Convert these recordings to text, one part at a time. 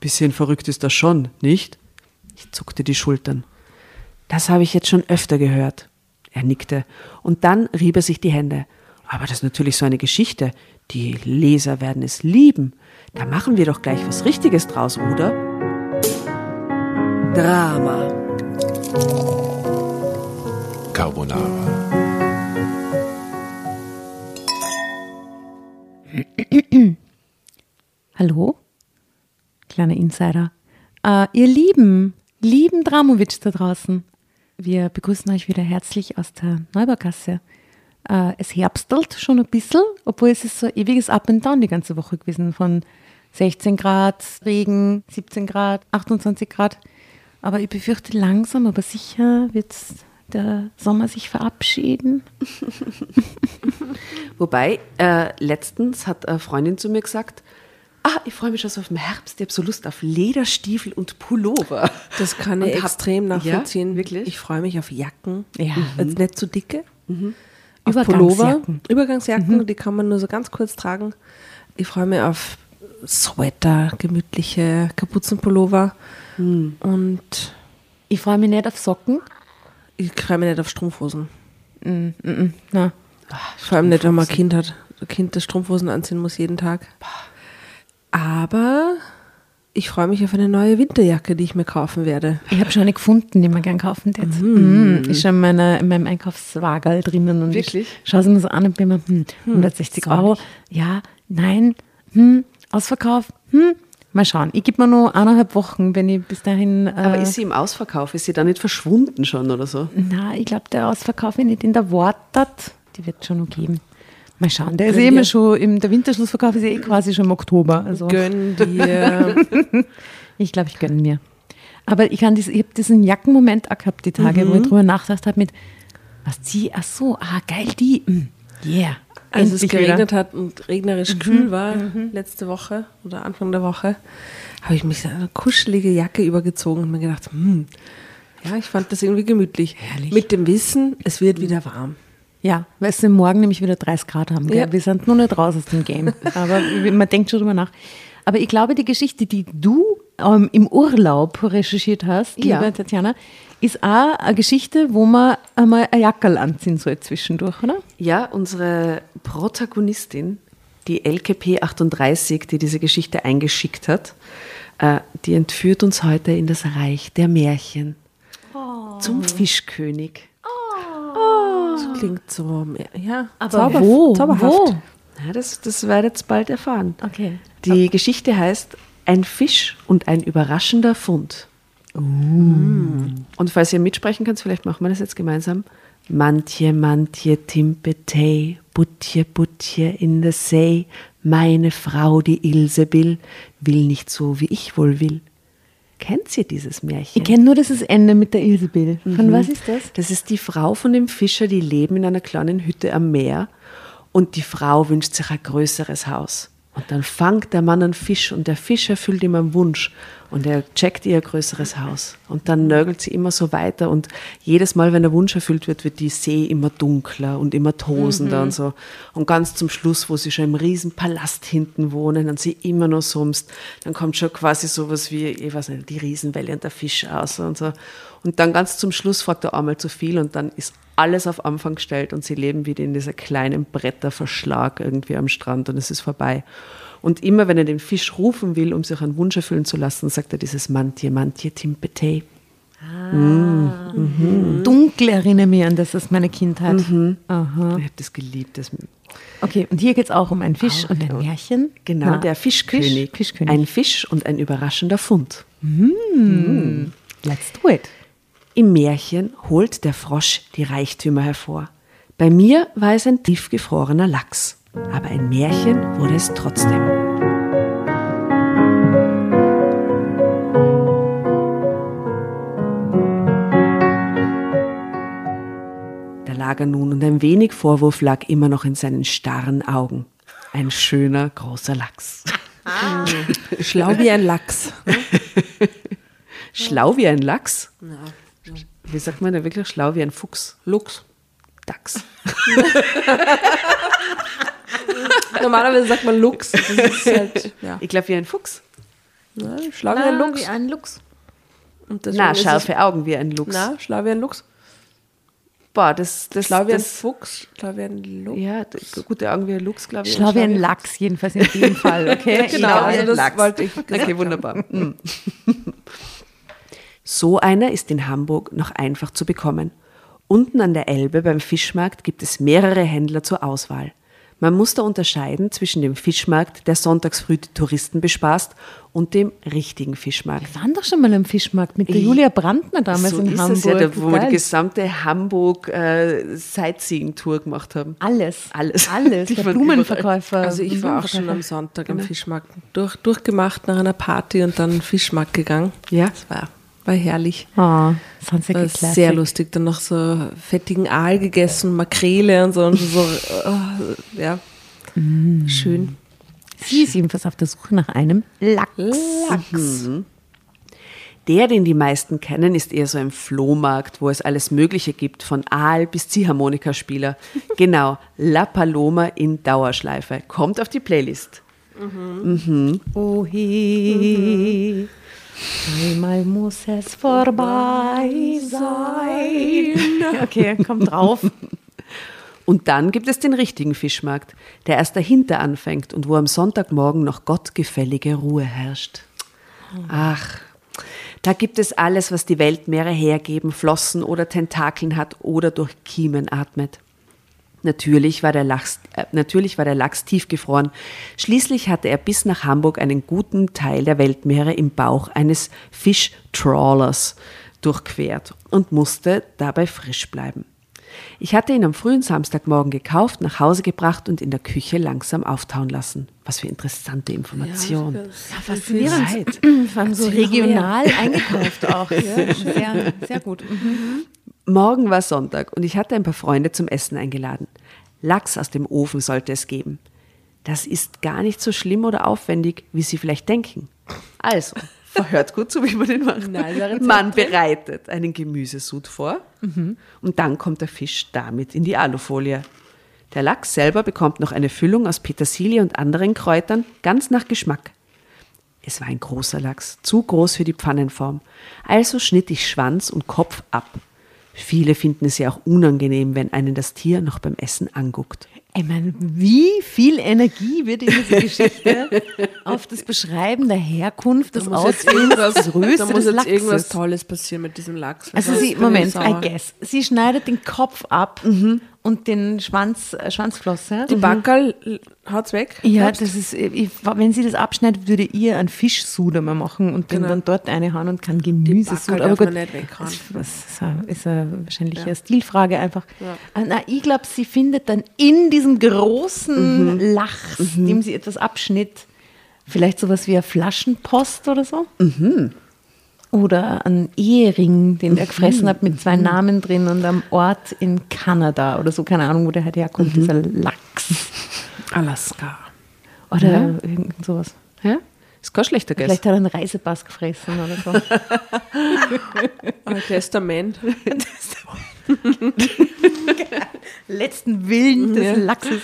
bisschen verrückt ist das schon, nicht? Ich zuckte die Schultern. Das habe ich jetzt schon öfter gehört. Er nickte und dann rieb er sich die Hände. Aber das ist natürlich so eine Geschichte. Die Leser werden es lieben. Da machen wir doch gleich was Richtiges draus, oder? Drama. Carbonara. Hallo? Kleiner Insider. Ihr lieben Dramovic da draußen. Wir begrüßen euch wieder herzlich aus der Neubaugasse. Es herbstelt schon ein bisschen, obwohl es ist so ein ewiges Up and Down die ganze Woche gewesen. Von 16 Grad, Regen, 17 Grad, 28 Grad. Aber ich befürchte, langsam, aber sicher wird der Sommer sich verabschieden. Wobei, letztens hat eine Freundin zu mir gesagt, ich freue mich schon so auf den Herbst, ich habe so Lust auf Lederstiefel und Pullover. Das kann ich extrem nachvollziehen. Ja, wirklich? Ich freue mich auf Jacken, Ja. jetzt nicht zu dicke, auf Übergangsjacken. Pullover, Übergangsjacken, die kann man nur so ganz kurz tragen. Ich freue mich auf Sweater, gemütliche Kapuzenpullover und Ich freue mich nicht auf Socken. ich freue mich nicht auf Strumpfhosen. Na, Vor allem nicht, wenn man ein Kind hat. Ein Kind, das Strumpfhosen anziehen muss jeden Tag. Aber ich freue mich auf eine neue Winterjacke, die ich mir kaufen werde. ich habe schon eine gefunden, die man gern kaufen tät. Ist schon in meinem Einkaufswagen drinnen. Und Wirklich? Ich schaue sie mir so an und bin mir, 160 Euro. Ja, nein, Ausverkauf, mal schauen. Ich gebe mir nur 1,5 Wochen, wenn ich bis dahin... Aber ist sie im Ausverkauf? Ist sie da nicht verschwunden schon oder so? Na, ich glaube, der Ausverkauf, wenn nicht in der wartet, die wird es schon noch geben. Mal schauen, der ist Gönn immer dir. schon, der Winterschlussverkauf ist ja quasi schon im Oktober. Also Gönn dir. ich glaube, ich gönne mir. Aber ich habe diesen Jackenmoment auch gehabt, die Tage, wo ich drüber nachgedacht habe mit, was zieh, ach so, geil, die, yeah. Als es endlich geregnet wieder. hat und regnerisch kühl war letzte Woche oder Anfang der Woche, habe ich mich so eine kuschelige Jacke übergezogen und mir gedacht, ja, ich fand das irgendwie gemütlich. Herrlich. Mit dem Wissen, es wird wieder warm. Ja, weil es morgen nämlich wieder 30 Grad haben. Gell? Ja. Wir sind noch nicht raus aus dem Game. Aber man denkt schon drüber nach. Aber ich glaube, die Geschichte, die du im Urlaub recherchiert hast, Ja. liebe Tatjana, ist auch eine Geschichte, wo man einmal ein Jackerl anziehen soll zwischendurch, oder? Ja, unsere Protagonistin, die LKP 38, die diese Geschichte eingeschickt hat, die entführt uns heute in das Reich der Märchen. Zum Fischkönig. Das klingt so, ja, Aber wo? zauberhaft. Ja, das werdet ihr jetzt bald erfahren. Okay. Die Geschichte heißt Ein Fisch und ein überraschender Fund. Und falls ihr mitsprechen könnt, vielleicht machen wir das jetzt gemeinsam. Mantje, Timpetei, Butje in der See, meine Frau, die Ilsebill, will nicht so, wie ich wohl will. Kennt ihr dieses Märchen? Ich kenne nur das Ende mit der Ilsebill. Von was ist das? Das ist die Frau von dem Fischer, die leben in einer kleinen Hütte am Meer und die Frau wünscht sich ein größeres Haus. Und dann fangt der Mann einen Fisch und der Fisch erfüllt ihm einen Wunsch und er checkt ihr ein größeres Haus. Und dann nörgelt sie immer so weiter und jedes Mal, wenn der Wunsch erfüllt wird, wird die See immer dunkler und immer tosender und so. Und ganz zum Schluss, wo sie schon im Riesenpalast hinten wohnen und sie immer noch summst, dann kommt schon quasi sowas wie, ich weiß nicht, die Riesenwelle und der Fisch aus und so. Und dann ganz zum Schluss fragt er einmal zu viel und dann ist alles auf Anfang gestellt und sie leben wieder in dieser kleinen Bretterverschlag irgendwie am Strand und es ist vorbei. Und immer, wenn er den Fisch rufen will, um sich einen Wunsch erfüllen zu lassen, sagt er dieses Mantje, Timpetei. Dunkel erinnere mich an das aus meiner Kindheit. Aha. Ich habe das geliebt. Das, Okay, und hier geht es auch um einen Fisch und ein Märchen. genau, Na, der Fischkönig. Fischkönig. Ein Fisch und ein überraschender Fund. Let's do it. Im Märchen holt der Frosch die Reichtümer hervor. Bei mir war es ein tiefgefrorener Lachs, aber ein Märchen wurde es trotzdem. Da lag er nun und ein wenig Vorwurf lag immer noch in seinen starren Augen. Ein schöner, großer Lachs. Schlau wie ein Lachs. Schlau wie ein Lachs? Wie sagt man da wirklich? Schlau wie ein Fuchs? Luchs. Dachs. Normalerweise sagt man Luchs. Das ist halt, ja. Ich glaube wie ein Fuchs. Na, schlau wie ein Luchs. Wie ein Luchs. Und deswegen ist scharfe Augen wie ein Luchs. Na, schlau wie ein Luchs. Boah, das Schlau wie ein das, Fuchs, schlau wie ein Luchs. ja, gute Augen wie ein Luchs, glaube ich. Schlau wie ein Lachs, jedenfalls in dem Fall, okay? Genau, Egal, also das Lachs. wollte ich Okay, wunderbar. Mm. So einer ist in Hamburg noch einfach zu bekommen. Unten an der Elbe beim Fischmarkt gibt es mehrere Händler zur Auswahl. Man muss da unterscheiden zwischen dem Fischmarkt, der sonntags früh die Touristen bespaßt, und dem richtigen Fischmarkt. Wir waren doch schon mal im Fischmarkt mit der Julia Brandner damals So in ist Hamburg. es ja, wo wir die Geil. gesamte Hamburg Sightseeing-Tour gemacht haben. Alles. Alles. Die Die waren Blumenverkäufer. Also ich war auch schon am Sonntag am Fischmarkt durchgemacht nach einer Party und dann in den Fischmarkt gegangen. Ja. Das war herrlich. Oh, sonst War sehr lustig. Dann noch so fettigen Aal gegessen, Makrele und so. Und so ja, schön. Sie ist jedenfalls auf der Suche nach einem Lachs. Lachs. Der, den die meisten kennen, ist eher so ein Flohmarkt, wo es alles Mögliche gibt, von Aal bis Ziehharmonikaspieler. Genau, La Paloma in Dauerschleife. Kommt auf die Playlist. Oh he, einmal muss es vorbei sein. Okay, kommt drauf. Und dann gibt es den richtigen Fischmarkt, der erst dahinter anfängt und wo am Sonntagmorgen noch gottgefällige Ruhe herrscht. Ach, da gibt es alles, was die Weltmeere hergeben, Flossen oder Tentakeln hat oder durch Kiemen atmet. Natürlich war der Lachs tiefgefroren. Schließlich hatte er bis nach Hamburg einen guten Teil der Weltmeere im Bauch eines Fischtrawlers durchquert und musste dabei frisch bleiben. Ich hatte ihn am frühen Samstagmorgen gekauft, nach Hause gebracht und in der Küche langsam auftauen lassen. Was für interessante Information. Faszinierend. Vor allem so regional eingekauft auch. Ja, sehr, sehr gut. Morgen war Sonntag und ich hatte ein paar Freunde zum Essen eingeladen. Lachs aus dem Ofen sollte es geben. Das ist gar nicht so schlimm oder aufwendig, wie Sie vielleicht denken. Also, verhört gut zu, wie man den macht. Man bereitet einen Gemüsesud vor und dann kommt der Fisch damit in die Alufolie. Der Lachs selber bekommt noch eine Füllung aus Petersilie und anderen Kräutern, ganz nach Geschmack. Es war ein großer Lachs, zu groß für die Pfannenform. Also schnitt ich Schwanz und Kopf ab. Viele finden es ja auch unangenehm, wenn einen das Tier noch beim Essen anguckt. Ich meine, wie viel Energie wird in diese Geschichte auf das Beschreiben der Herkunft des Aussehens Größe Da muss des jetzt Lachses. irgendwas Tolles passieren mit diesem Lachs. Also Sonst sie, bin ich Moment, sauer. I guess. Sie schneidet den Kopf ab und den Schwanzflosse. Die Backerl haut's weg. Ja, glaubst? das ist, wenn sie das abschneidet, würde ihr einen Fischsud einmal machen und den Genau. dann dort reinhauen und keinen Gemüsesud. Backerl Aber darf man gut, nicht weghauen. das ist wahrscheinlich eine Stilfrage einfach. Na, ich glaube, sie findet dann in diesem großen Lachs, dem sie etwas abschnitt, vielleicht sowas wie eine Flaschenpost oder so. Oder einen Ehering, den er gefressen hat mit 2 Namen drin und am Ort in Kanada oder so, keine Ahnung, wo der halt herkommt, dieser Lachs. Alaska. Oder irgend sowas. Ja? Ist kein schlechter Guess. Vielleicht hat er einen Reisepass gefressen oder so. Ein Testament. Letzten Willen des Lachses.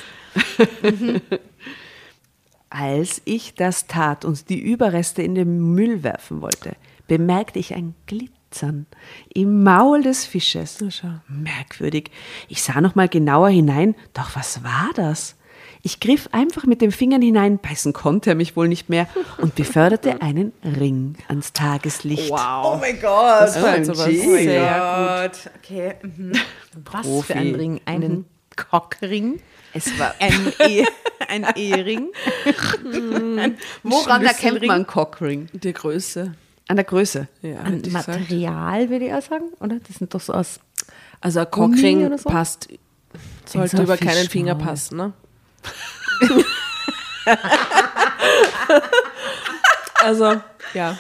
Als ich das tat und die Überreste in den Müll werfen wollte, bemerkte ich ein Glitzern im Maul des Fisches. Merkwürdig. Ich sah noch mal genauer hinein, doch was war das? Ich griff einfach mit den Fingern hinein, beißen konnte er mich wohl nicht mehr und beförderte einen Ring ans Tageslicht. Wow. Oh mein Gott. Das war jetzt aber OMG. sehr gut. Okay. Was Profi. für ein Ring? Einen Cockring? Es war Ein Ehering? Woran erkennt Schlüsselring? man Cockring? Die Größe. An der Größe. Ja, Ein hätte ich gesagt. Material, würde ich auch sagen, oder? Das sind doch so aus... Also ein Gummi Cockring oder so? passt, sollte so ein über keinen Fischmaul. Finger passen, ne? Also, ja.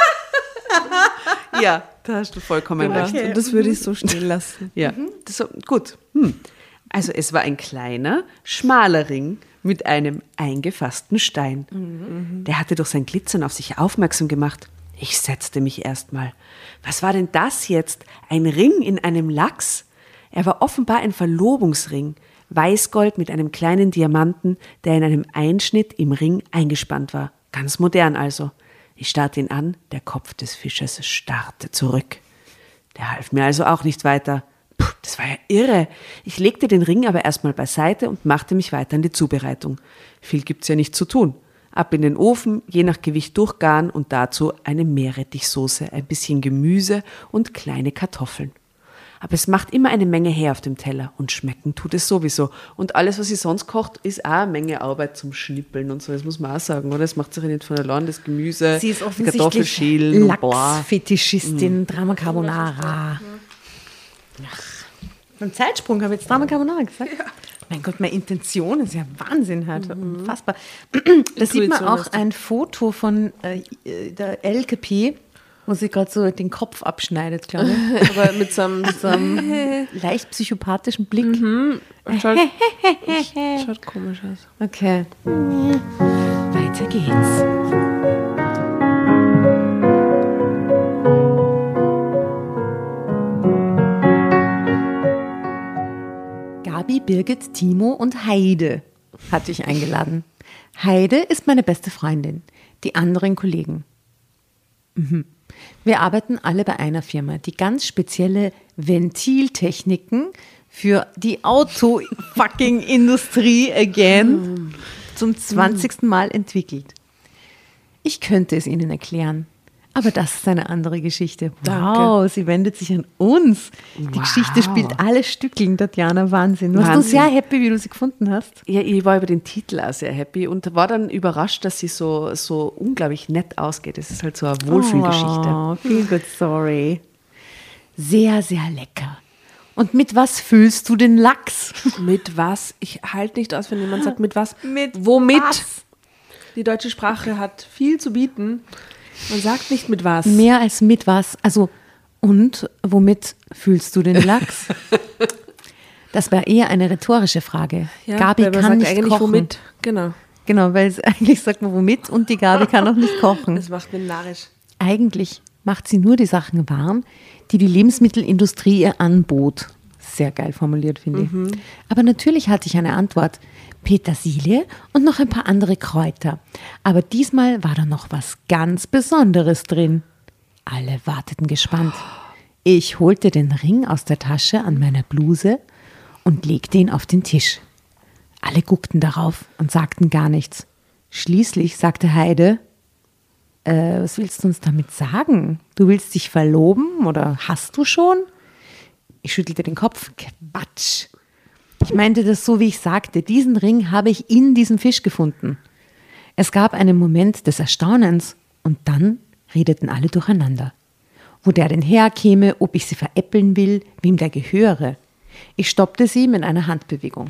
Ja, da hast du vollkommen Genau. recht. Und das würde ich so stehen lassen. Ja, das so, gut. Also es war ein kleiner, schmaler Ring mit einem eingefassten Stein. Der hatte durch sein Glitzern auf sich aufmerksam gemacht. Ich setzte mich erstmal. Was war denn das jetzt? Ein Ring in einem Lachs? Er war offenbar ein Verlobungsring. Weißgold mit einem kleinen Diamanten, der in einem Einschnitt im Ring eingespannt war. Ganz modern also. Ich starrte ihn an, der Kopf des Fisches starrte zurück. Der half mir also auch nicht weiter. Puh, das war ja irre. Ich legte den Ring aber erstmal beiseite und machte mich weiter an die Zubereitung. Viel gibt's ja nicht zu tun. Ab in den Ofen, je nach Gewicht durchgaren und dazu eine Meerrettichsoße, ein bisschen Gemüse und kleine Kartoffeln. Aber es macht immer eine Menge her auf dem Teller und schmecken tut es sowieso. Und alles, was sie sonst kocht, ist auch eine Menge Arbeit zum Schnippeln und so, das muss man auch sagen, oder? Das macht sich ja nicht von allein, das Gemüse, Sie ist die Kartoffelschälen und bla. Lachsfetischistin, Drama Carbonara. Ach, beim Zeitsprung habe ich jetzt Drama Carbonara gesagt. Ja. Mein Gott, meine Intention ist ja Wahnsinn halt, unfassbar. Da sieht man auch ein Foto von der LKP, wo sie gerade so den Kopf abschneidet, glaube ich. Aber mit so einem leicht psychopathischen Blick. Schaut komisch aus. Okay. Weiter geht's. Gabi, Birgit, Timo und Heide hatte ich eingeladen. Heide ist meine beste Freundin, die anderen Kollegen. Wir arbeiten alle bei einer Firma, die ganz spezielle Ventiltechniken für die Auto-Fucking-Industrie again zum 20. Mal entwickelt. Ich könnte es Ihnen erklären, aber das ist eine andere Geschichte. Wow, sie wendet sich an uns. Die Geschichte spielt alle Stückchen, Tatjana, Wahnsinn. Warst du sehr happy, wie du sie gefunden hast? Ja, ich war über den Titel auch sehr happy und war dann überrascht, dass sie so unglaublich nett ausgeht. Es ist halt so eine Wohlfühlgeschichte. Oh, feel good story. Sehr, sehr lecker. Und mit was füllst du den Lachs? Mit was? Ich halte nicht aus, wenn jemand sagt, mit was? Mit womit? was? Die deutsche Sprache hat viel zu bieten. Man sagt nicht mit was. Mehr als mit was. Also, und womit fühlst du den Lachs? Das wäre eher eine rhetorische Frage. Ja, Gabi weil man kann sagt nicht eigentlich kochen. womit. Genau. Genau, weil es eigentlich sagt man womit und die Gabi kann auch nicht kochen. Das macht mich narrisch. Eigentlich macht sie nur die Sachen warm, die die Lebensmittelindustrie ihr anbot. Sehr geil formuliert, finde ich. Aber natürlich hatte ich eine Antwort. Petersilie und noch ein paar andere Kräuter. Aber diesmal war da noch was ganz Besonderes drin. Alle warteten gespannt. Ich holte den Ring aus der Tasche an meiner Bluse und legte ihn auf den Tisch. Alle guckten darauf und sagten gar nichts. Schließlich sagte Heide, was willst du uns damit sagen? Du willst dich verloben oder hast du schon? Ich schüttelte den Kopf. Quatsch. Ich meinte das so, wie ich sagte. Diesen Ring habe ich in diesem Fisch gefunden. Es gab einen Moment des Erstaunens und dann redeten alle durcheinander. Wo der denn herkäme, ob ich sie veräppeln will, wem der gehöre. Ich stoppte sie mit einer Handbewegung.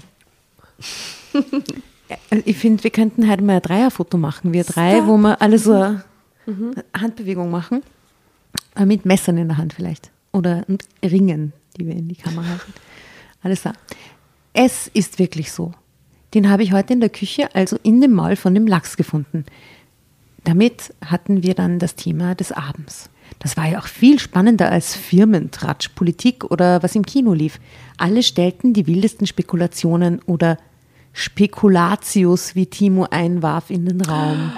Ich finde, wir könnten heute mal ein Dreierfoto machen, wir drei, wo wir alle so eine Handbewegung machen. Mit Messern in der Hand vielleicht. Oder Ringen, die wir in die Kamera halten. Alles klar. Es ist wirklich so. Den habe ich heute in der Küche, also in dem Maul von dem Lachs gefunden. Damit hatten wir dann das Thema des Abends. Das war ja auch viel spannender als Firmentratsch, Politik oder was im Kino lief. Alle stellten die wildesten Spekulationen oder Spekulatius, wie Timo einwarf, in den Raum.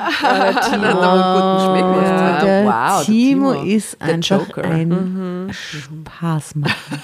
Der Timo ist einfach Joker. ein Spaßmacher.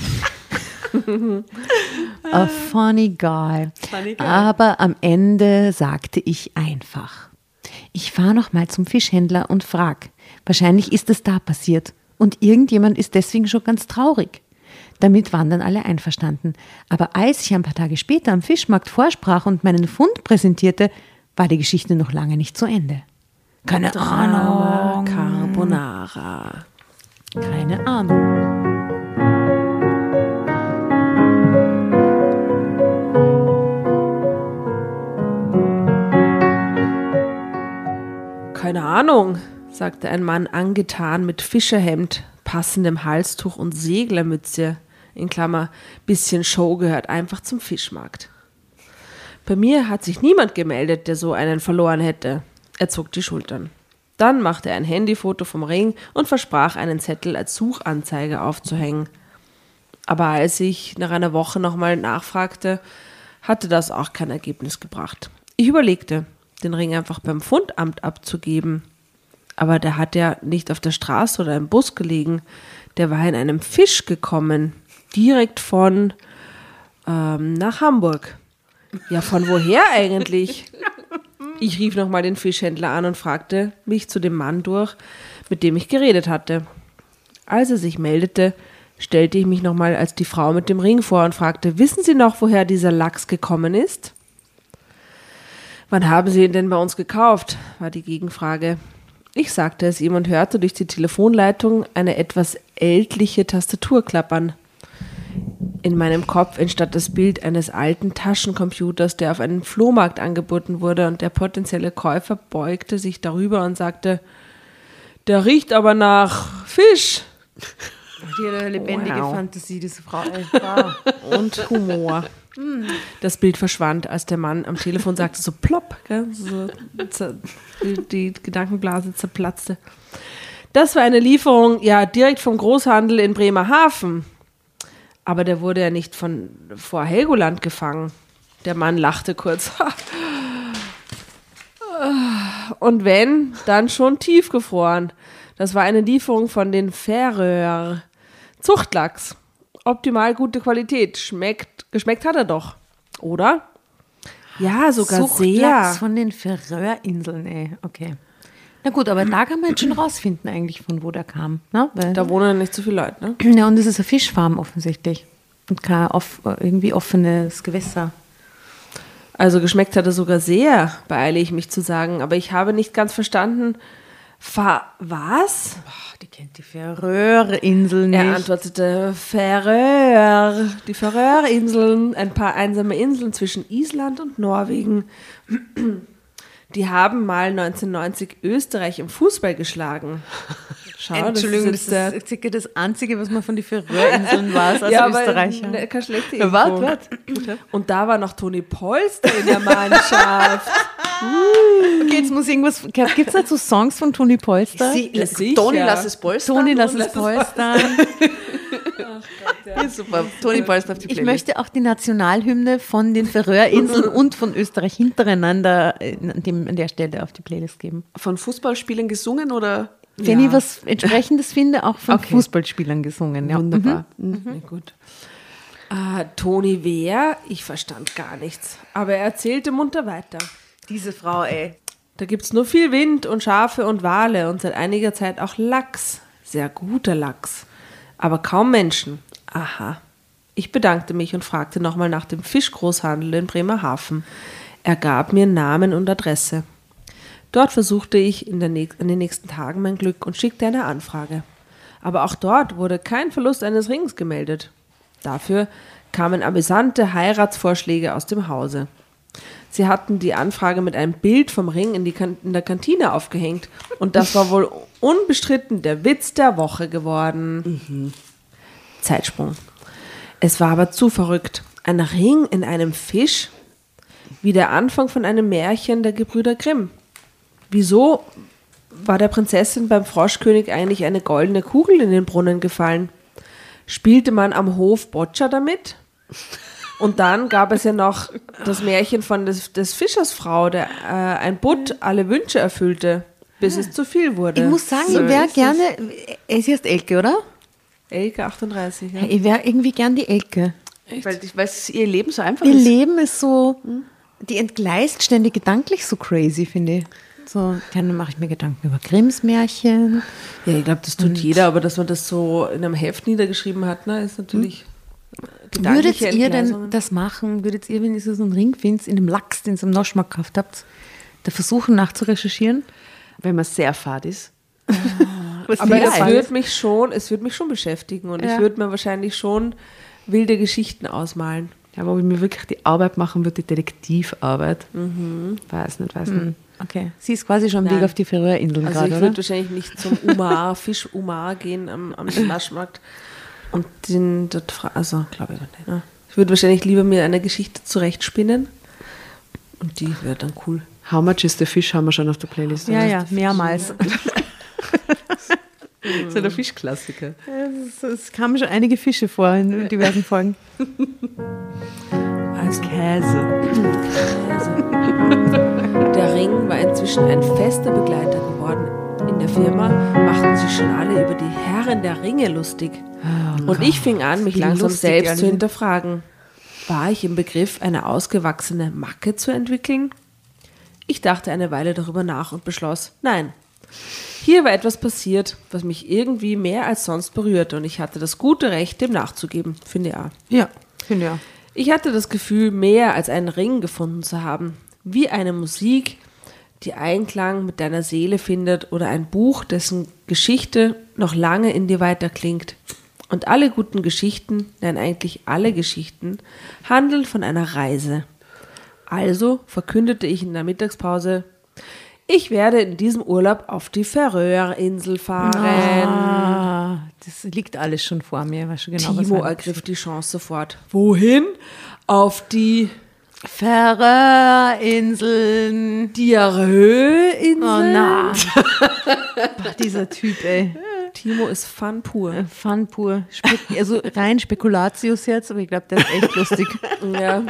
A funny guy. Aber am Ende sagte ich einfach, ich fahre noch mal zum Fischhändler und frag. Wahrscheinlich ist es da passiert und irgendjemand ist deswegen schon ganz traurig. Damit waren dann alle einverstanden. Aber als ich ein paar Tage später am Fischmarkt vorsprach und meinen Fund präsentierte, war die Geschichte noch lange nicht zu Ende. Keine Ahnung. Carbonara. Keine Ahnung. Keine Ahnung, sagte ein Mann angetan mit Fischerhemd, passendem Halstuch und Seglermütze, in Klammer, bisschen Show gehört einfach zum Fischmarkt. Bei mir hat sich niemand gemeldet, der so einen verloren hätte. Er zog die Schultern. Dann machte er ein Handyfoto vom Ring und versprach, einen Zettel als Suchanzeige aufzuhängen. Aber als ich nach einer Woche nochmal nachfragte, hatte das auch kein Ergebnis gebracht. Ich überlegte, den Ring einfach beim Fundamt abzugeben. Aber der hat ja nicht auf der Straße oder im Bus gelegen. Der war in einem Fisch gekommen, direkt von nach Hamburg. Ja, von woher eigentlich? Ich rief nochmal den Fischhändler an und fragte mich zu dem Mann durch, mit dem ich geredet hatte. Als er sich meldete, stellte ich mich nochmal als die Frau mit dem Ring vor und fragte, wissen Sie noch, woher dieser Lachs gekommen ist? Wann haben Sie ihn denn bei uns gekauft? War die Gegenfrage. Ich sagte es ihm und hörte durch die Telefonleitung eine etwas ältliche Tastatur klappern. In meinem Kopf entstand das Bild eines alten Taschencomputers, der auf einem Flohmarkt angeboten wurde, und der potenzielle Käufer beugte sich darüber und sagte, der riecht aber nach Fisch. Die hat eine lebendige Fantasie, diese Frau. Und Humor. Das Bild verschwand, als der Mann am Telefon sagte, so plopp, gell? So, die Gedankenblase zerplatzte. Das war eine Lieferung, ja, direkt vom Großhandel in Bremerhaven. Aber der wurde ja nicht vor Helgoland gefangen. Der Mann lachte kurz. Und wenn, dann schon tiefgefroren. Das war eine Lieferung von den Färöer. Zuchtlachs. Optimal gute Qualität. Geschmeckt hat er doch. Oder? Ja, sogar Zuchtlachs sehr. von den Färöerinseln, ey. Okay. Na gut, aber da kann man jetzt schon rausfinden eigentlich, von wo der kam. Ne? Weil, Da wohnen nicht so viele Leute, ne? ja, und es ist eine Fischfarm offensichtlich. Und kein irgendwie offenes Gewässer. Also geschmeckt hat er sogar sehr, beeile ich mich zu sagen. Aber ich habe nicht ganz verstanden, was? Die kennt die Färöerinseln nicht. Er antwortete, Färöer, die Färöerinseln, ein paar einsame Inseln zwischen Island und Norwegen. Die haben mal 1990 Österreich im Fußball geschlagen. Schau, Entschuldigung, das ist circa das Einzige, was man von den Färöerinseln weiß als ja, Österreicher. Aber keine schlechte Ja, Info. warte. Und da war noch Toni Polster in der Mannschaft. Okay, jetzt muss irgendwas. Gibt es dazu Songs von Toni Polster? Ja, sicher. Toni, lass es polstern. Toni, lass es polstern. Ja, super. Toni Polster auf die Ich Playlist. möchte auch die Nationalhymne von den Färöerinseln und von Österreich hintereinander an der Stelle auf die Playlist geben. Von Fußballspielen gesungen oder? Wenn ich was Entsprechendes finde, auch von Okay. Fußballspielern gesungen. Ja. Wunderbar. Na gut. Toni wer? Ich verstand gar nichts. Aber er erzählte munter weiter. Diese Frau, ey. Da gibt es nur viel Wind und Schafe und Wale und seit einiger Zeit auch Lachs. Sehr guter Lachs. Aber kaum Menschen. Aha. Ich bedankte mich und fragte nochmal nach dem Fischgroßhandel in Bremerhaven. Er gab mir Namen und Adresse. Dort versuchte ich in den nächsten Tagen mein Glück und schickte eine Anfrage. Aber auch dort wurde kein Verlust eines Rings gemeldet. Dafür kamen amüsante Heiratsvorschläge aus dem Hause. Sie hatten die Anfrage mit einem Bild vom Ring in der Kantine aufgehängt. Und das war wohl unbestritten der Witz der Woche geworden. Zeitsprung. Es war aber zu verrückt. Ein Ring in einem Fisch? Wie der Anfang von einem Märchen der Gebrüder Grimm. Wieso war der Prinzessin beim Froschkönig eigentlich eine goldene Kugel in den Brunnen gefallen? Spielte man am Hof Boccia damit? Und dann gab es ja noch das Märchen von des Fischers Frau, der ein Butt alle Wünsche erfüllte, bis es zu viel wurde. Ich muss sagen, So ich wäre ist es. gerne. Sie heißt Elke, oder? Elke 38, ja. Ich wäre irgendwie gern die Elke. Weil ihr Leben so einfach Ihr ist. Leben ist so. Die entgleist ständig gedanklich so crazy, finde ich. So, dann mache ich mir Gedanken über Grimms Märchen. Ja, ich glaube, das tut jeder, aber dass man das so in einem Heft niedergeschrieben hat, ne, ist natürlich Würdet gedankliche ihr denn Entgleisungen. das machen? Würdet ihr, wenn ihr so einen Ring findet, in dem Lachs, den ihr im Noschmarkt gekauft habt, da versuchen nachzurecherchieren? Wenn man sehr fad ist. Was Aber wieder es alles? würde mich schon beschäftigen und Ja. ich würde mir wahrscheinlich schon wilde Geschichten ausmalen. Ja, aber wo ich mir wirklich die Arbeit machen würde, die Detektivarbeit. Weiß nicht. Okay, sie ist quasi schon am Weg Nein. auf die Färöerinseln Also gerade, ich oder? würde wahrscheinlich nicht zum Fisch-Umar gehen am Naschmarkt und den dort also glaube ich nicht. Ne? Ich würde wahrscheinlich lieber mir eine Geschichte zurechtspinnen und die wäre dann cool. How much is the fish haben wir schon auf der Playlist. Ja, ja, mehrmals. Das ist ja der Fischklassiker. Es kamen schon einige Fische vor in diversen Folgen. Als Käse. Der Ring war inzwischen ein fester Begleiter geworden. In der Firma machten sich schon alle über die Herren der Ringe lustig. Und ich fing an, mich Wie langsam lustig selbst alle zu sind. hinterfragen. War ich im Begriff, eine ausgewachsene Macke zu entwickeln? Ich dachte eine Weile darüber nach und beschloss, nein. Hier war etwas passiert, was mich irgendwie mehr als sonst berührte und ich hatte das gute Recht, dem nachzugeben, finde ich auch. Ja, finde ja. Ich hatte das Gefühl, mehr als einen Ring gefunden zu haben. Wie eine Musik, die Einklang mit deiner Seele findet oder ein Buch, dessen Geschichte noch lange in dir weiterklingt. Und alle guten Geschichten, nein eigentlich alle Geschichten, handeln von einer Reise. Also verkündete ich in der Mittagspause, ich werde in diesem Urlaub auf die Färöerinsel fahren. Das liegt alles schon vor mir. Weiß schon genau, Timo ergriff die Chance sofort. Wohin? Auf die Färöerinseln. Diarrhoe-Insel? Oh na. Dieser Typ, ey. Timo ist Fun pur. Fun pur. Also rein Spekulatius jetzt, aber ich glaube, der ist echt lustig. Ja.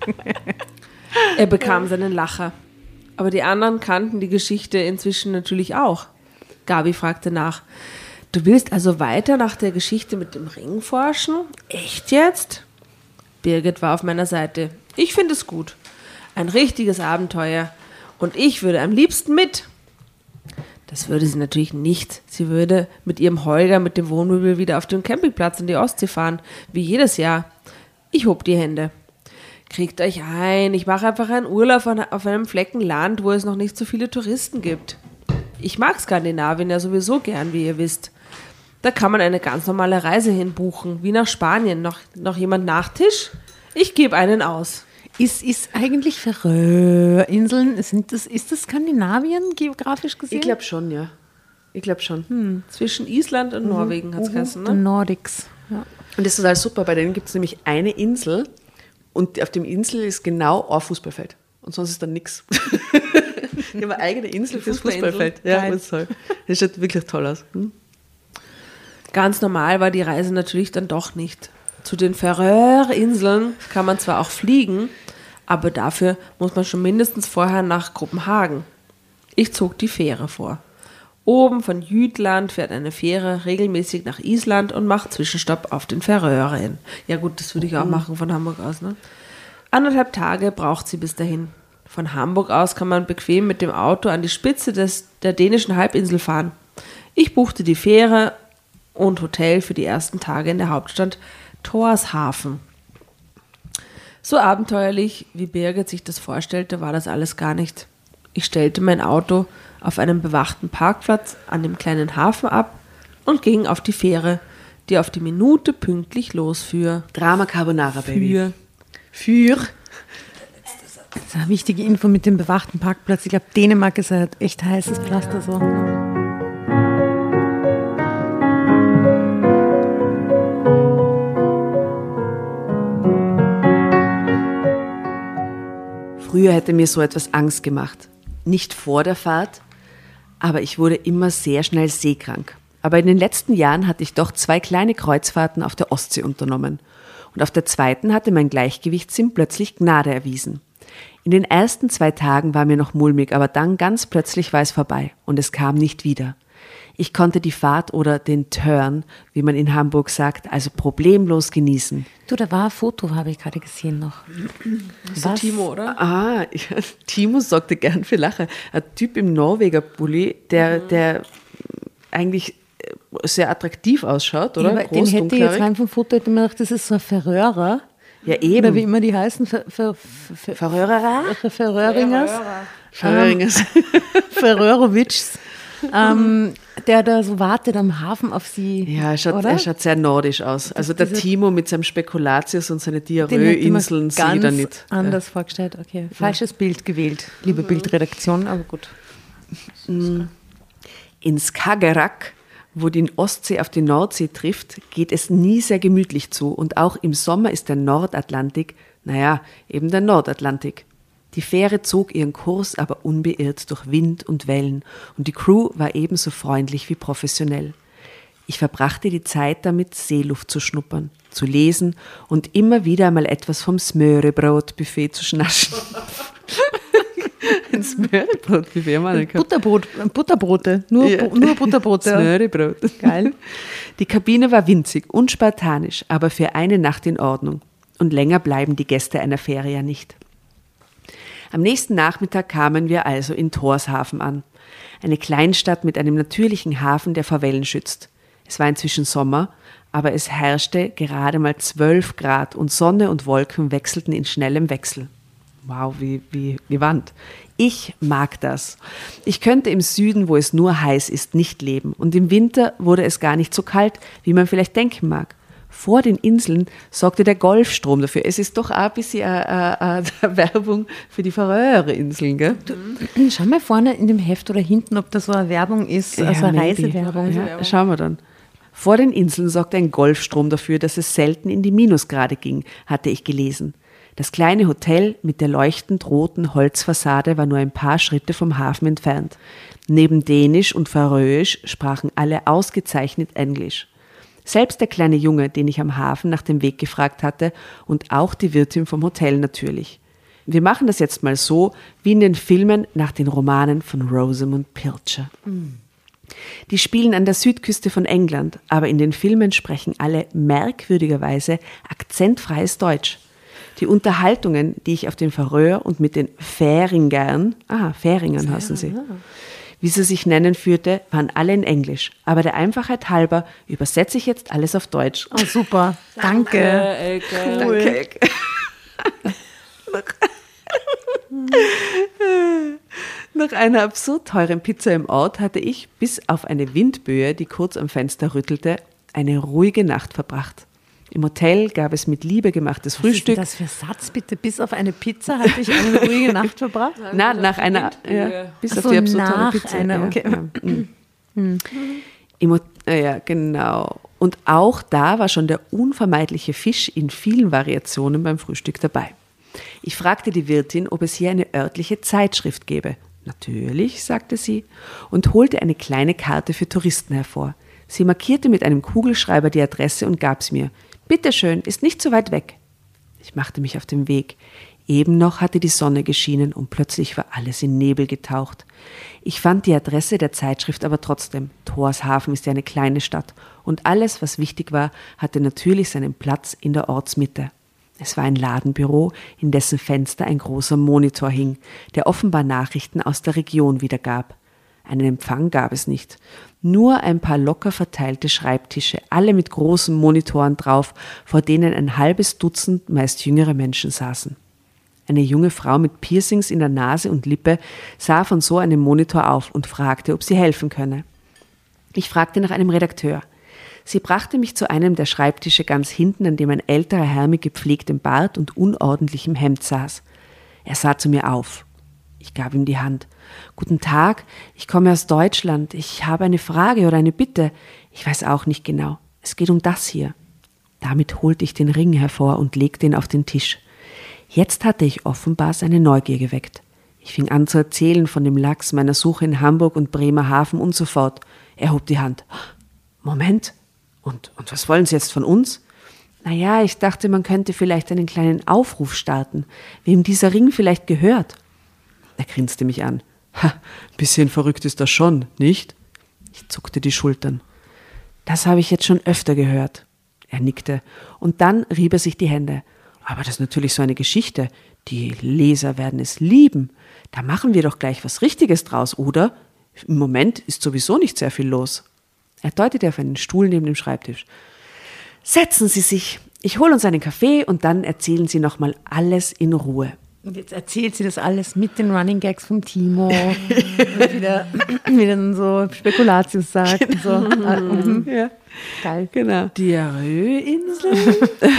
Er bekam seinen Lacher. Aber die anderen kannten die Geschichte inzwischen natürlich auch. Gabi fragte nach. Du willst also weiter nach der Geschichte mit dem Ring forschen? Echt jetzt? Birgit war auf meiner Seite. Ich finde es gut. Ein richtiges Abenteuer. Und ich würde am liebsten mit. Das würde sie natürlich nicht. Sie würde mit ihrem Holger mit dem Wohnmobil wieder auf den Campingplatz in die Ostsee fahren, wie jedes Jahr. Ich hob die Hände. Kriegt euch ein, ich mache einfach einen Urlaub auf einem Flecken Land, wo es noch nicht so viele Touristen gibt. Ich mag Skandinavien ja sowieso gern, wie ihr wisst. Da kann man eine ganz normale Reise hinbuchen, wie nach Spanien. Noch jemand Nachtisch? Ich gebe einen aus. Ist eigentlich Färöerinseln, ist das Skandinavien geografisch gesehen? Ich glaube schon, ja. Ich glaube schon. Zwischen Island und Norwegen hat es geheißen, ne? Nordics. Ja. Und das ist total super. Bei denen gibt es nämlich eine Insel und auf dem Insel ist genau ein Fußballfeld. Und sonst ist da nichts. Die haben eine eigene Insel fürs Fußballfeld. Ja, Geil. das schaut wirklich toll aus. Ganz normal war die Reise natürlich dann doch nicht. Zu den Färöerinseln kann man zwar auch fliegen, aber dafür muss man schon mindestens vorher nach Kopenhagen. Ich zog die Fähre vor. Oben von Jütland fährt eine Fähre regelmäßig nach Island und macht Zwischenstopp auf den Färöern. Ja gut, das würde ich auch machen von Hamburg aus. Ne? 1,5 Tage braucht sie bis dahin. Von Hamburg aus kann man bequem mit dem Auto an die Spitze der dänischen Halbinsel fahren. Ich buchte die Fähre und Hotel für die ersten Tage in der Hauptstadt Tórshavn. So abenteuerlich, wie Birgit sich das vorstellte, war das alles gar nicht. Ich stellte mein Auto auf einem bewachten Parkplatz an dem kleinen Hafen ab und ging auf die Fähre, die auf die Minute pünktlich losfuhr. Drama Carbonara, Baby. Für. Das ist eine wichtige Info mit dem bewachten Parkplatz. Ich glaube, Dänemark ist ein echt heißes Pflaster so. Früher hätte mir so etwas Angst gemacht. Nicht vor der Fahrt, aber ich wurde immer sehr schnell seekrank. Aber in den letzten Jahren hatte ich doch 2 kleine Kreuzfahrten auf der Ostsee unternommen. Und auf der zweiten hatte mein Gleichgewichtssinn plötzlich Gnade erwiesen. In den ersten 2 Tagen war mir noch mulmig, aber dann ganz plötzlich war es vorbei und es kam nicht wieder. Ich konnte die Fahrt oder den Turn, wie man in Hamburg sagt, also problemlos genießen. Du, da war ein Foto, habe ich gerade gesehen noch. Das ist Timo, oder? Ah, ja, Timo sorgte gern für Lacher. Ein Typ im Norweger Pulli, der eigentlich sehr attraktiv ausschaut, oder? Ja, den hätte ich jetzt rein vom Foto hätte mir gedacht, das ist so ein Färöer. Ja, eben. Oder wie immer die heißen. Färöerer? Färöeringers. Färöeringers. Färöerowitschs. Der da so wartet am Hafen auf sie. Ja, er schaut sehr nordisch aus. Also der Timo mit seinem Spekulatius und seine Den hätte Diarrhoe-Inseln man sehe ich da ganz nicht. anders vorgestellt. Okay, falsches Bild gewählt, liebe Bildredaktion, aber gut. In Skagerrak, wo die Ostsee auf die Nordsee trifft, geht es nie sehr gemütlich zu. Und auch im Sommer ist der Nordatlantik, eben der Nordatlantik. Die Fähre zog ihren Kurs aber unbeirrt durch Wind und Wellen und die Crew war ebenso freundlich wie professionell. Ich verbrachte die Zeit damit, Seeluft zu schnuppern, zu lesen und immer wieder einmal etwas vom Smørrebrød-Buffet zu schnaschen. Smörrebrot, wie wir mal gehabt. Butterbrote, nur Butterbrote. Smörrebrot. Geil. Die Kabine war winzig und spartanisch, aber für eine Nacht in Ordnung. Und länger bleiben die Gäste einer Fähre ja nicht. Am nächsten Nachmittag kamen wir also in Tórshavn an. Eine Kleinstadt mit einem natürlichen Hafen, der vor Wellen schützt. Es war inzwischen Sommer, aber es herrschte gerade mal 12 Grad und Sonne und Wolken wechselten in schnellem Wechsel. Wow, wie gewandt. Ich mag das. Ich könnte im Süden, wo es nur heiß ist, nicht leben. Und im Winter wurde es gar nicht so kalt, wie man vielleicht denken mag. Vor den Inseln sorgte der Golfstrom dafür. Es ist doch auch ein bisschen eine Werbung für die Färöerinseln, gell? Schau mal vorne in dem Heft oder hinten, ob da so eine Werbung ist, also eine Reisewerbung. Ja, schauen wir dann. Vor den Inseln sorgte ein Golfstrom dafür, dass es selten in die Minusgrade ging, hatte ich gelesen. Das kleine Hotel mit der leuchtend roten Holzfassade war nur ein paar Schritte vom Hafen entfernt. Neben Dänisch und Färöisch sprachen alle ausgezeichnet Englisch. Selbst der kleine Junge, den ich am Hafen nach dem Weg gefragt hatte, und auch die Wirtin vom Hotel natürlich. Wir machen das jetzt mal so, wie in den Filmen nach den Romanen von Rosamund Pilcher. Die spielen an der Südküste von England, aber in den Filmen sprechen alle merkwürdigerweise akzentfreies Deutsch. Die Unterhaltungen, die ich auf den Färöer und mit den Färingern heißen sie, wie sie sich nennen, führte, waren alle in Englisch. Aber der Einfachheit halber übersetze ich jetzt alles auf Deutsch. Oh, super. Danke. Elke. Cool. Danke, Elke. Nach einer absurd teuren Pizza im Ort hatte ich, bis auf eine Windböe, die kurz am Fenster rüttelte, eine ruhige Nacht verbracht. Im Hotel gab es mit Liebe gemachtes Frühstück. Was ist das für Satz, bitte? Bis auf eine Pizza hatte ich eine ruhige Nacht verbracht? Na, nach einer, bis auf die absurd teure Pizza. Okay. Ja, genau. Und auch da war schon der unvermeidliche Fisch in vielen Variationen beim Frühstück dabei. Ich fragte die Wirtin, ob es hier eine örtliche Zeitschrift gäbe. Natürlich, sagte sie, und holte eine kleine Karte für Touristen hervor. Sie markierte mit einem Kugelschreiber die Adresse und gab's mir. Bitteschön, ist nicht so weit weg. Ich machte mich auf den Weg. Eben noch hatte die Sonne geschienen und plötzlich war alles in Nebel getaucht. Ich fand die Adresse der Zeitschrift aber trotzdem. Tórshavn ist ja eine kleine Stadt und alles, was wichtig war, hatte natürlich seinen Platz in der Ortsmitte. Es war ein Ladenbüro, in dessen Fenster ein großer Monitor hing, der offenbar Nachrichten aus der Region wiedergab. Einen Empfang gab es nicht. Nur ein paar locker verteilte Schreibtische, alle mit großen Monitoren drauf, vor denen ein halbes Dutzend meist jüngere Menschen saßen. Eine junge Frau mit Piercings in der Nase und Lippe sah von so einem Monitor auf und fragte, ob sie helfen könne. Ich fragte nach einem Redakteur. Sie brachte mich zu einem der Schreibtische ganz hinten, an dem ein älterer Herr mit gepflegtem Bart und unordentlichem Hemd saß. Er sah zu mir auf. Ich gab ihm die Hand. »Guten Tag, ich komme aus Deutschland. Ich habe eine Frage oder eine Bitte. Ich weiß auch nicht genau. Es geht um das hier.« Damit holte ich den Ring hervor und legte ihn auf den Tisch. Jetzt hatte ich offenbar seine Neugier geweckt. Ich fing an zu erzählen von dem Lachs, meiner Suche in Hamburg und Bremerhaven und so fort. Er hob die Hand. »Moment, und was wollen Sie jetzt von uns?« »Naja, ich dachte, man könnte vielleicht einen kleinen Aufruf starten, wem dieser Ring vielleicht gehört.« Er grinste mich an. »Ha, ein bisschen verrückt ist das schon, nicht?« Ich zuckte die Schultern. »Das habe ich jetzt schon öfter gehört.« Er nickte und dann rieb er sich die Hände. »Aber das ist natürlich so eine Geschichte. Die Leser werden es lieben. Da machen wir doch gleich was Richtiges draus, oder? Im Moment ist sowieso nicht sehr viel los.« Er deutete auf einen Stuhl neben dem Schreibtisch. »Setzen Sie sich. Ich hole uns einen Kaffee und dann erzählen Sie nochmal alles in Ruhe.« Und jetzt erzählt sie das alles mit den Running Gags vom Timo und wieder dann so Spekulatius sagt. Genau. Und so. Ja. Geil. Genau. Diarrhoeinsel.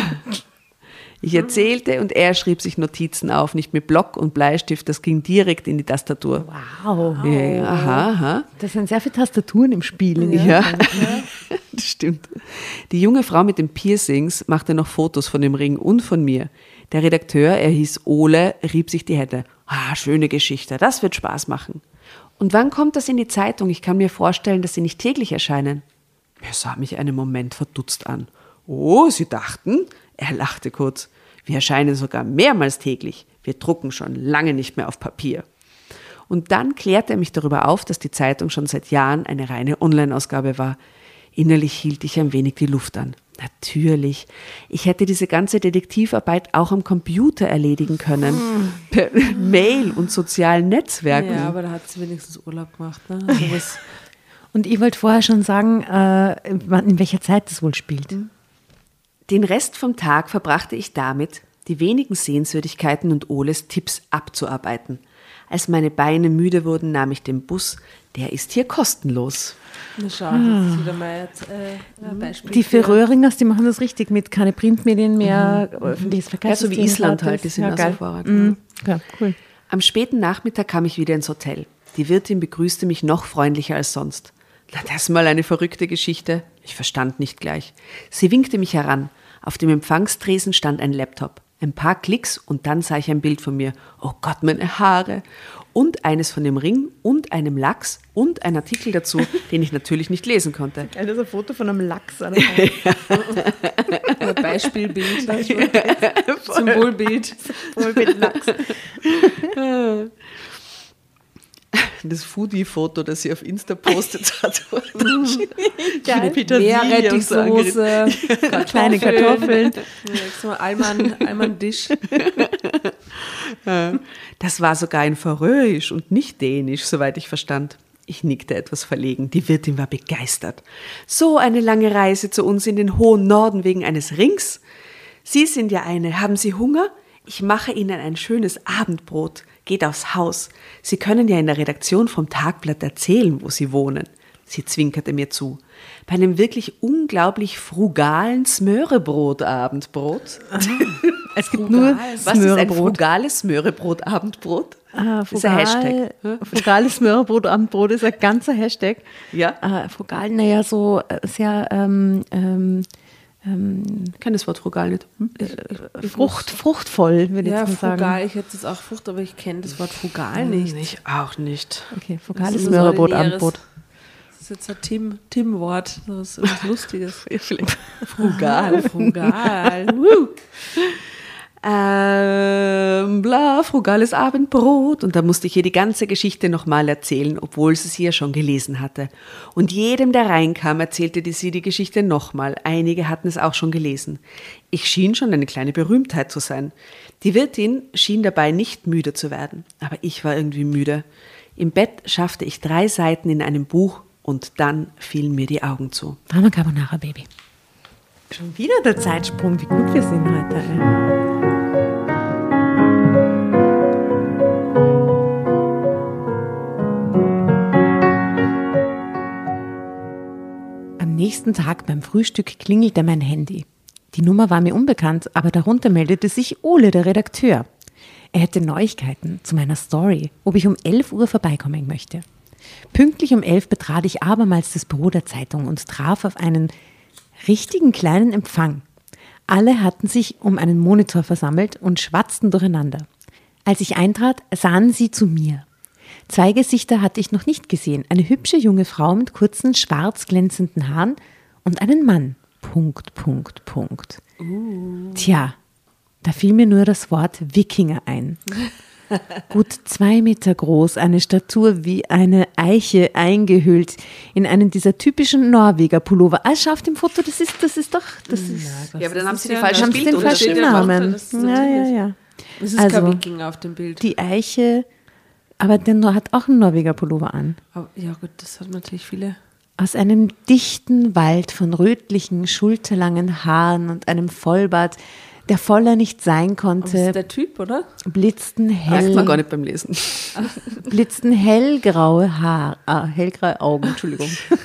Ich erzählte und er schrieb sich Notizen auf, nicht mit Block und Bleistift, das ging direkt in die Tastatur. Wow. Ja, aha. Das sind sehr viele Tastaturen im Spiel. Ja, das stimmt. Die junge Frau mit den Piercings machte noch Fotos von dem Ring und von mir. Der Redakteur, er hieß Ole, rieb sich die Hände. Schöne Geschichte, das wird Spaß machen. Und wann kommt das in die Zeitung? Ich kann mir vorstellen, dass sie nicht täglich erscheinen. Er sah mich einen Moment verdutzt an. Oh, Sie dachten? Er lachte kurz. Wir erscheinen sogar mehrmals täglich. Wir drucken schon lange nicht mehr auf Papier. Und dann klärte er mich darüber auf, dass die Zeitung schon seit Jahren eine reine Online-Ausgabe war. Innerlich hielt ich ein wenig die Luft an. Natürlich, ich hätte diese ganze Detektivarbeit auch am Computer erledigen können. Per Mail und sozialen Netzwerken. Ja, aber da hat sie wenigstens Urlaub gemacht. Ne? Also das Und ich wollte vorher schon sagen, in welcher Zeit das wohl spielt. Den Rest vom Tag verbrachte ich damit, die wenigen Sehenswürdigkeiten und Oles Tipps abzuarbeiten. Als meine Beine müde wurden, nahm ich den Bus. Der ist hier kostenlos. Na schau, das ist wieder mal ein Beispiel. Die Färöeringers, die machen das richtig mit keine Printmedien mehr, öffentliches Ja, Verkehrssystem. so wie Island halt, die sind ja, auch geil. so vorrat. Ja, cool. Am späten Nachmittag kam ich wieder ins Hotel. Die Wirtin begrüßte mich noch freundlicher als sonst. Na, das ist mal eine verrückte Geschichte. Ich verstand nicht gleich. Sie winkte mich heran. Auf dem Empfangstresen stand ein Laptop. Ein paar Klicks und dann sah ich ein Bild von mir. Oh Gott, meine Haare. Und eines von dem Ring und einem Lachs und ein Artikel dazu, den ich natürlich nicht lesen konnte. Das ist ein Foto von einem Lachs. Ein Beispielbild, Symbolbild. Symbolbild Lachs. Das Foodie-Foto, das sie auf Insta postet hat. Geil. Meerrettichsoße, Kleine Kartoffeln. Ja, Alman-Dish. Das war sogar in Färöisch und nicht Dänisch, soweit ich verstand. Ich nickte etwas verlegen. Die Wirtin war begeistert. So eine lange Reise zu uns in den hohen Norden wegen eines Rings. Sie sind ja eine. Haben Sie Hunger? Ich mache Ihnen ein schönes Abendbrot. Geht aufs Haus. Sie können ja in der Redaktion vom Tagblatt erzählen, wo Sie wohnen. Sie zwinkerte mir zu. Bei einem wirklich unglaublich frugalen Smörebrot-Abendbrot. Es gibt nur Was ist ein Smörebrot. frugales Smörebrot-Abendbrot? Das ist ein Hashtag. Frugales Smörebrot-Abendbrot ist ein ganzer Hashtag. Ja. Frugal, naja, so sehr Ich kenne das Wort frugal nicht. fruchtvoll, würde ich Ja, jetzt mal sagen. frugal, ich hätte es auch Frucht, aber ich kenne das Wort frugal nicht. Ich auch nicht. Okay, Das frugales ist Smörebrot-Abendbrot. Das ist jetzt ein Tim-Wort, das ist was Lustiges. Frugal. Frugal. Frugales Abendbrot. Und da musste ich ihr die ganze Geschichte nochmal erzählen, obwohl sie sie ja schon gelesen hatte. Und jedem, der reinkam, erzählte sie die Geschichte nochmal. Einige hatten es auch schon gelesen. Ich schien schon eine kleine Berühmtheit zu sein. Die Wirtin schien dabei nicht müde zu werden. Aber ich war irgendwie müde. Im Bett schaffte ich 3 Seiten in einem Buch und dann fielen mir die Augen zu. Drama Carbonara, Baby. Schon wieder der Zeitsprung, wie gut wir sind heute. Ey. Am nächsten Tag beim Frühstück klingelte mein Handy. Die Nummer war mir unbekannt, aber darunter meldete sich Ole, der Redakteur. Er hätte Neuigkeiten zu meiner Story, ob ich um 11 Uhr vorbeikommen möchte. Pünktlich um 11 betrat ich abermals das Büro der Zeitung und traf auf einen richtigen kleinen Empfang. Alle hatten sich um einen Monitor versammelt und schwatzten durcheinander. Als ich eintrat, sahen sie zu mir. 2 Gesichter hatte ich noch nicht gesehen. Eine hübsche junge Frau mit kurzen, schwarz glänzenden Haaren und einen Mann. ... Tja, da fiel mir nur das Wort Wikinger ein. Gut 2 Meter groß, eine Statur wie eine Eiche eingehüllt in einen dieser typischen Norweger-Pullover. Ah, schau auf dem Foto, das ist doch... Ja, aber dann haben sie die ja- falsche haben sie den falschen Bildunterschrift. Namen. Das ist Ja, natürlich- ja. Es ist Also, kein Wikinger auf dem Bild. Die Eiche, aber der hat auch einen Norweger-Pullover an. Aber, ja gut, das hat natürlich viele. Aus einem dichten Wald von rötlichen, schulterlangen Haaren und einem Vollbart, der voller nicht sein Aber das ist konnte, der Typ, oder? blitzten Merkt man gar nicht beim Lesen. hellgraue Augen, Entschuldigung.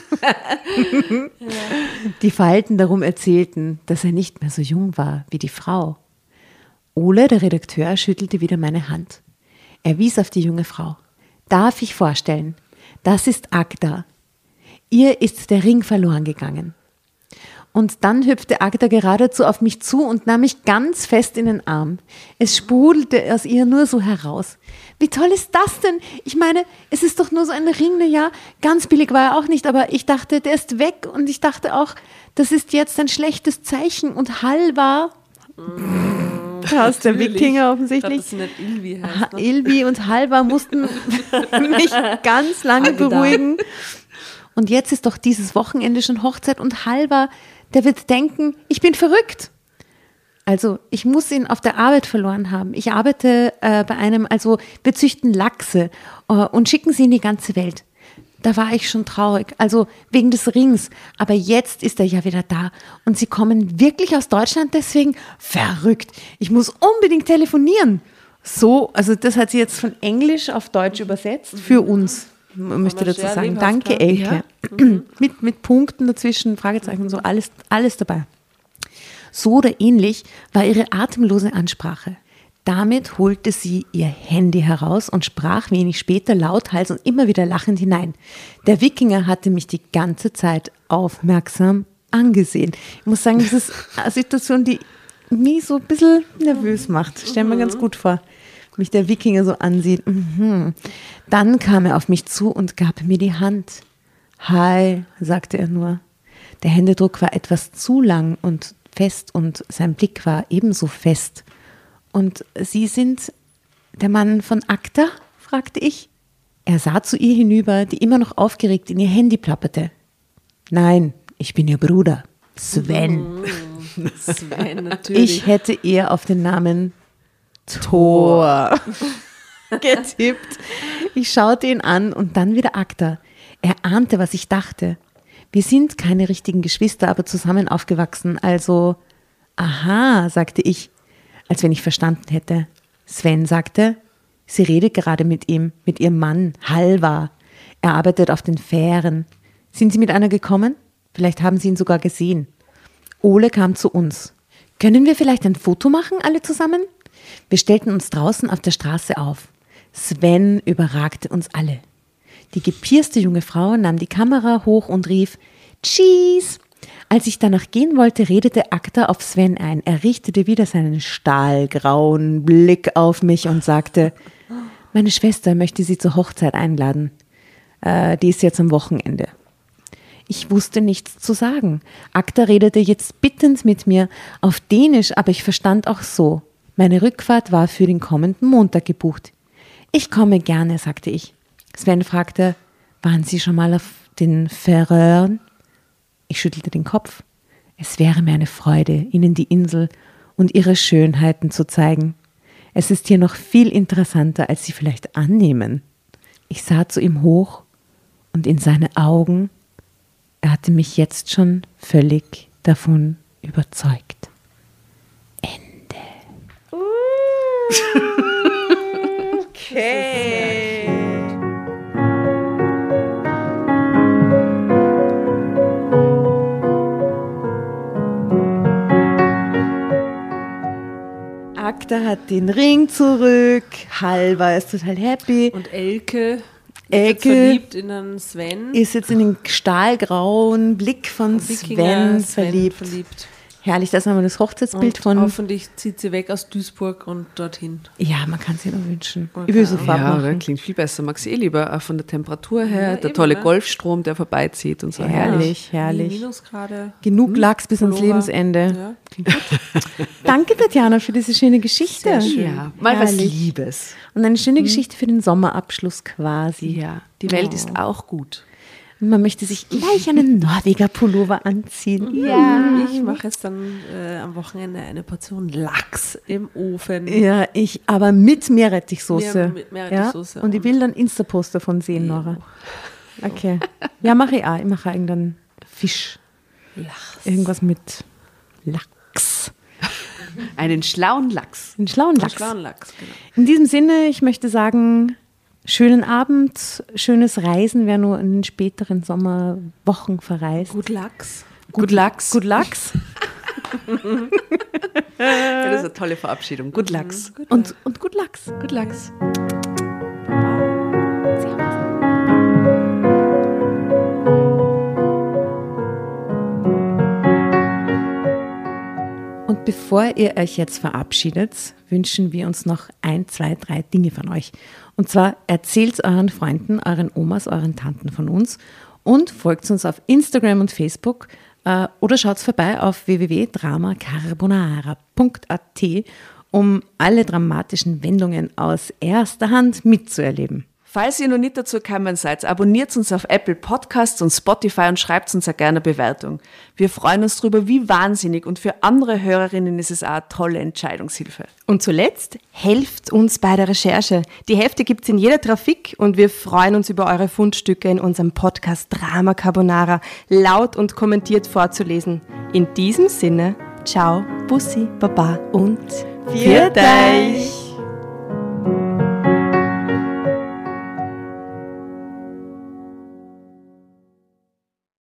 Die Falten darum erzählten, dass er nicht mehr so jung war wie die Frau. Ole, der Redakteur, schüttelte wieder meine Hand. Er wies auf die junge Frau. Darf ich vorstellen, das ist Agda. Ihr ist der Ring verloren gegangen. Und dann hüpfte Agda geradezu auf mich zu und nahm mich ganz fest in den Arm. Es sprudelte aus ihr nur so heraus. Wie toll ist das denn? Ich meine, es ist doch nur so ein Ring, na ja, ganz billig war er auch nicht, aber ich dachte, der ist weg und ich dachte auch, das ist jetzt ein schlechtes Zeichen und Hall war... Haus der Wikinger offensichtlich. Ich glaub, dass sie nicht Ilvi heißt. Ne? Ilvi und Halvar mussten mich ganz lange beruhigen. Und jetzt ist doch dieses Wochenende schon Hochzeit und Halvar, der wird denken, ich bin verrückt. Also ich muss ihn auf der Arbeit verloren haben. Ich arbeite bei einem, also wir züchten Lachse und schicken sie in die ganze Welt. Da war ich schon traurig, also wegen des Rings. Aber jetzt ist er ja wieder da und sie kommen wirklich aus Deutschland, deswegen verrückt. Ich muss unbedingt telefonieren. So, also das hat sie jetzt von Englisch auf Deutsch übersetzt für uns. Man möchte dazu sagen, danke Elke. Ja. Mit Punkten dazwischen, Fragezeichen und so, alles dabei. So oder ähnlich war ihre atemlose Ansprache. Damit holte sie ihr Handy heraus und sprach wenig später lauthals und immer wieder lachend hinein. Der Wikinger hatte mich die ganze Zeit aufmerksam angesehen. Ich muss sagen, das ist eine Situation, die mich so ein bisschen nervös macht. Stell mir ganz gut vor, wie mich der Wikinger so ansieht. Dann kam er auf mich zu und gab mir die Hand. Hi, sagte er nur. Der Händedruck war etwas zu lang und fest und sein Blick war ebenso fest. Und Sie sind der Mann von ACTA? Fragte ich. Er sah zu ihr hinüber, die immer noch aufgeregt in ihr Handy plapperte. Nein, ich bin Ihr Bruder, Sven. Sven, natürlich. Ich hätte eher auf den Namen Thor getippt. Ich schaute ihn an und dann wieder ACTA. Er ahnte, was ich dachte. Wir sind keine richtigen Geschwister, aber zusammen aufgewachsen. Also, aha, sagte ich, als wenn ich verstanden hätte. Sven sagte, sie redet gerade mit ihm, mit ihrem Mann, Halvar. Er arbeitet auf den Fähren. Sind Sie mit einer gekommen? Vielleicht haben Sie ihn sogar gesehen. Ole kam zu uns. Können wir vielleicht ein Foto machen, alle zusammen? Wir stellten uns draußen auf der Straße auf. Sven überragte uns alle. Die gepierste junge Frau nahm die Kamera hoch und rief, Cheese! Als ich danach gehen wollte, redete ACTA auf Sven ein. Er richtete wieder seinen stahlgrauen Blick auf mich und sagte, meine Schwester möchte Sie zur Hochzeit einladen. Die ist jetzt am Wochenende. Ich wusste nichts zu sagen. ACTA redete jetzt bittend mit mir auf Dänisch, aber ich verstand auch so. Meine Rückfahrt war für den kommenden Montag gebucht. Ich komme gerne, sagte ich. Sven fragte, waren Sie schon mal auf den Färöern? Ich schüttelte den Kopf. Es wäre mir eine Freude, Ihnen die Insel und ihre Schönheiten zu zeigen. Es ist hier noch viel interessanter, als Sie vielleicht annehmen. Ich sah zu ihm hoch und in seine Augen. Er hatte mich jetzt schon völlig davon überzeugt. Ende. Okay. ACTA hat den Ring zurück, Halvar ist total happy. Und Elke ist verliebt in den Sven. Ist jetzt in den stahlgrauen Blick von Sven verliebt. Herrlich, das haben wir das Hochzeitsbild und von... hoffentlich zieht sie weg aus Duisburg und dorthin. Ja, man kann es ihr nur wünschen. Okay. Ich will sofort Ja, machen. klingt viel besser. Mag sie lieber, auch von der Temperatur her, Ja, der eben, tolle ne? Golfstrom, der vorbeizieht und so. Ja. Herrlich, herrlich. Minusgrade. Genug Lachs bis ans Pullover. Lebensende. Ja. Klingt gut. Danke, Tatjana, für diese schöne Geschichte. Sehr schön. Ja, mal was Herrlich. Liebes. Und eine schöne Geschichte für den Sommerabschluss quasi. Ja, die Welt ist auch gut. Man möchte sich gleich einen Norweger Pullover anziehen. Ich mache jetzt dann am Wochenende eine Portion Lachs im Ofen. Ja, ich aber mit Meerrettichsoße. Ja, mit Meerrettichsoße. Ja? Und ich will dann Insta-Post davon sehen, Nora. Okay. Ja, mache ich auch. Ich mache irgendeinen Fisch. Lachs. Irgendwas mit Lachs. Einen schlauen Lachs. Einen schlauen Lachs. Schlauen Lachs, genau. In diesem Sinne, ich möchte sagen, schönen Abend, schönes Reisen, wer nur in den späteren Sommerwochen verreist. Gut Lachs. Good Lachs. Good Lachs. Ja, das ist eine tolle Verabschiedung. Good Lachs. Und Good Lachs. Good Lachs. Und bevor ihr euch jetzt verabschiedet, wünschen wir uns noch 1, 2, 3 Dinge von euch. Und zwar erzählt euren Freunden, euren Omas, euren Tanten von uns und folgt uns auf Instagram und Facebook oder schaut vorbei auf www.dramacarbonara.at um alle dramatischen Wendungen aus erster Hand mitzuerleben. Falls ihr noch nicht dazu gekommen seid, abonniert uns auf Apple Podcasts und Spotify und schreibt uns eine gerne Bewertung. Wir freuen uns darüber wie wahnsinnig und für andere Hörerinnen ist es auch eine tolle Entscheidungshilfe. Und zuletzt, helft uns bei der Recherche. Die Hefte gibt's in jeder Trafik und wir freuen uns über eure Fundstücke in unserem Podcast Drama Carbonara laut und kommentiert vorzulesen. In diesem Sinne, ciao, Bussi, Baba und Viert euch!